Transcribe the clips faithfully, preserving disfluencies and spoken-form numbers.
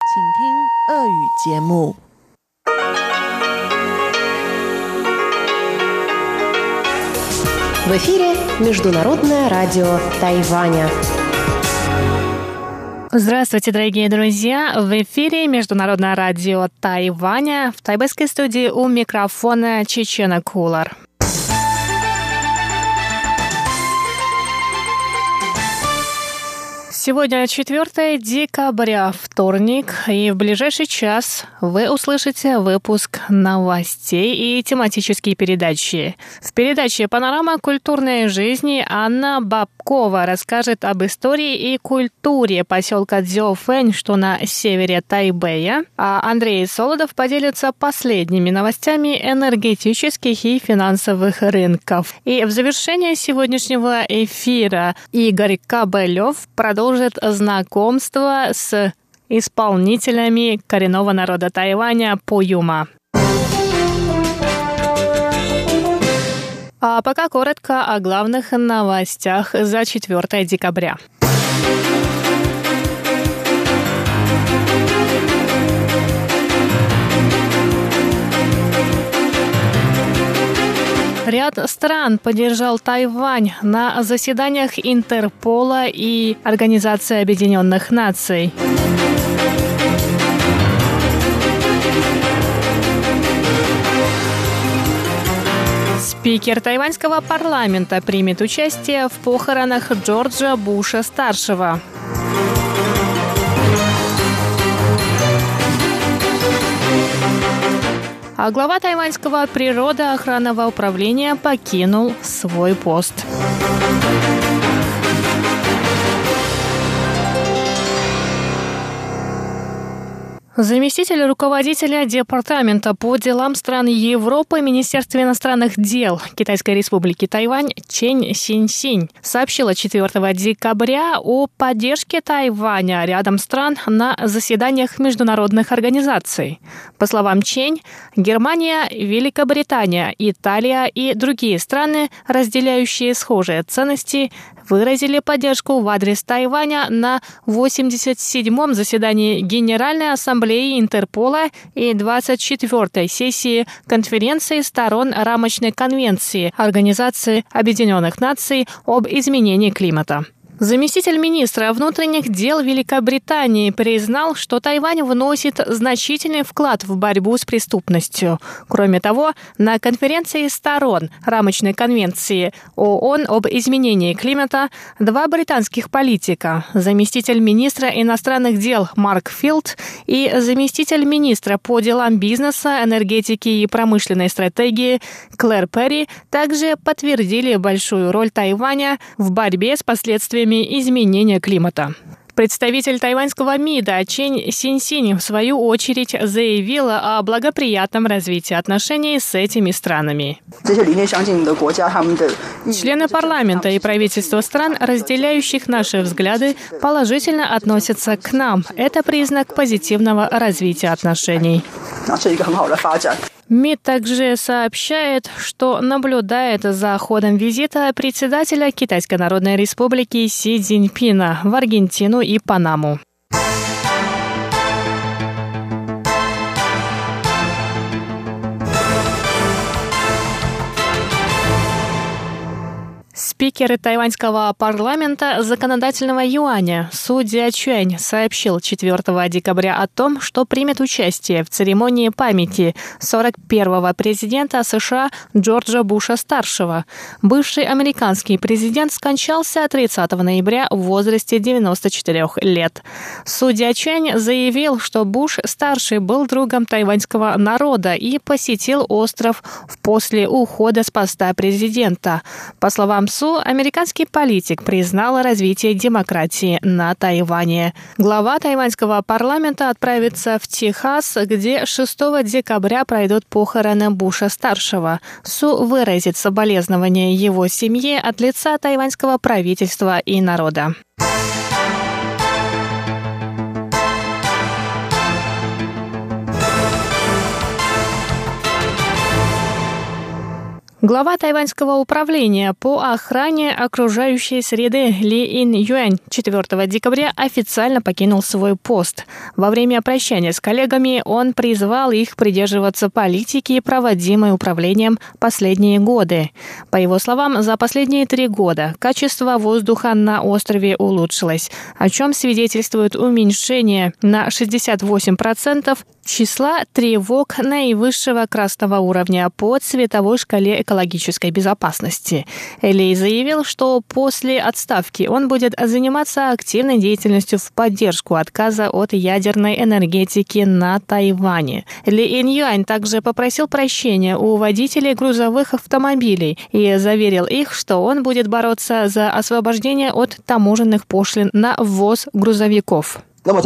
请听俄语节目。 В эфире Международное радио Тайваня. Здравствуйте, дорогие друзья! В эфире Международное радио Тайваня. В тайбэйской студии у микрофона Чечена Кулар. Сегодня четвёртое декабря, вторник, и в ближайший час вы услышите выпуск новостей и тематические передачи. В передаче «Панорама культурной жизни» Анна Бабкова расскажет об истории и культуре поселка Цзяофэнь, что на севере Тайбэя, а Андрей Солодов поделится последними новостями энергетических и финансовых рынков. И в завершение сегодняшнего эфира Игорь Кобылев продолжит знакомство с исполнителями коренного народа Тайваня Пуюма. А пока коротко о главных новостях за четвёртое декабря. Ряд стран поддержал Тайвань на заседаниях Интерпола и Организации Объединенных Наций. Спикер тайваньского парламента примет участие в похоронах Джорджа Буша-старшего. А глава тайваньского природоохранного управления покинул свой пост. Заместитель руководителя Департамента по делам стран Европы Министерства иностранных дел Китайской республики Тайвань Чэнь Синьсинь сообщила четвёртого декабря о поддержке Тайваня рядом стран на заседаниях международных организаций. По словам Чэнь, Германия, Великобритания, Италия и другие страны, разделяющие схожие ценности, выразили поддержку в адрес Тайваня на восемьдесят седьмом заседании Генеральной Ассамблеи Интерпола и двадцать четвёртой сессии Конференции сторон Рамочной конвенции Организации Объединенных Наций об изменении климата. Заместитель министра внутренних дел Великобритании признал, что Тайвань вносит значительный вклад в борьбу с преступностью. Кроме того, на конференции сторон Рамочной конвенции ООН об изменении климата два британских политика, заместитель министра иностранных дел Марк Филд и заместитель министра по делам бизнеса, энергетики и промышленной стратегии Клэр Перри, также подтвердили большую роль Тайваня в борьбе с последствиями изменения климата. Представитель тайваньского МИДа Чэнь Синьсинь в свою очередь заявила о благоприятном развитии отношений с этими странами. Члены парламента и правительства стран, разделяющих наши взгляды, положительно относятся к нам. Это признак позитивного развития отношений. МИД также сообщает, что наблюдает за ходом визита председателя Китайской Народной Республики Си Цзиньпина в Аргентину и Панаму. Спикер тайваньского парламента законодательного юаня Су Цзячуань сообщил четвёртого декабря о том, что примет участие в церемонии памяти сорок первого президента США Джорджа Буша-старшего. Бывший американский президент скончался тридцатого ноября в возрасте девяноста четырёх лет. Су Цзячуань заявил, что Буш-старший был другом тайваньского народа и посетил остров после ухода с поста президента. По словам Су, американский политик признал развитие демократии на Тайване. Глава тайваньского парламента отправится в Техас, где шестого декабря пройдут похороны Буша-старшего. Су выразит соболезнования его семье от лица тайваньского правительства и народа. Глава тайваньского управления по охране окружающей среды Ли Ин-юань четвёртого декабря официально покинул свой пост. Во время прощания с коллегами он призвал их придерживаться политики, проводимой управлением последние годы. По его словам, за последние три года качество воздуха на острове улучшилось, о чем свидетельствует уменьшение на шестьдесят восемь процентов числа тревог наивысшего красного уровня по цветовой шкале экологической безопасности. Ли заявил, что после отставки он будет заниматься активной деятельностью в поддержку отказа от ядерной энергетики на Тайване. Ли Ин-юань также попросил прощения у водителей грузовых автомобилей и заверил их, что он будет бороться за освобождение от таможенных пошлин на ввоз грузовиков.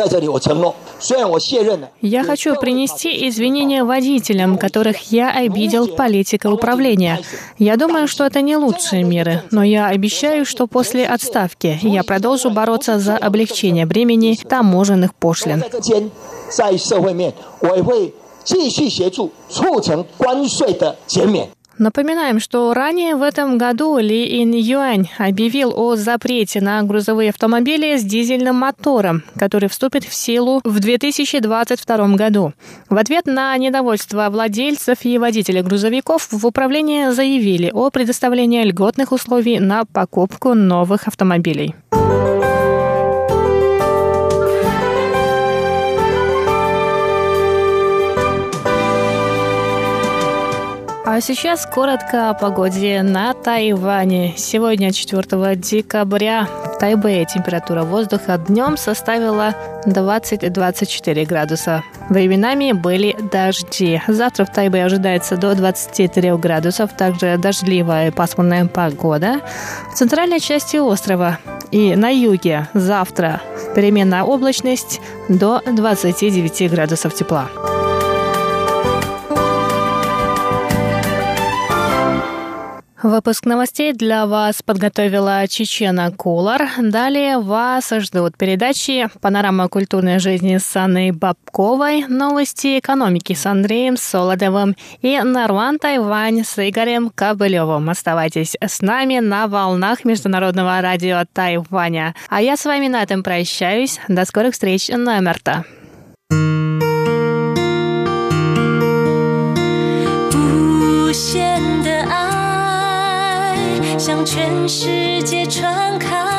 Я хочу принести извинения водителям, которых я обидел политикой управления. Я думаю, что это не лучшие меры, но я обещаю, что после отставки я продолжу бороться за облегчение бремени таможенных пошлин. Напоминаем, что ранее в этом году Ли Ин-юань объявил о запрете на грузовые автомобили с дизельным мотором, который вступит в силу в две тысячи двадцать втором году. В ответ на недовольство владельцев и водителей грузовиков в управлении заявили о предоставлении льготных условий на покупку новых автомобилей. А сейчас коротко о погоде на Тайване. Сегодня, четвёртого декабря, в Тайбэе температура воздуха днем составила двадцать - двадцать четыре градуса. Временами были дожди. Завтра в Тайбэе ожидается до двадцати трёх градусов, также дождливая и пасмурная погода. В центральной части острова и на юге завтра переменная облачность до двадцати девяти градусов тепла. Выпуск новостей для вас подготовила Чечена Кулар. Далее вас ждут передачи «Панорама культурной жизни» с Анной Бабковой, «Новости экономики» с Андреем Солодовым и «Наруан Тайвань» с Игорем Кобылевым. Оставайтесь с нами на волнах Международного радио Тайваня. А я с вами на этом прощаюсь. До скорых встреч на эм эр тэ. 向全世界传开。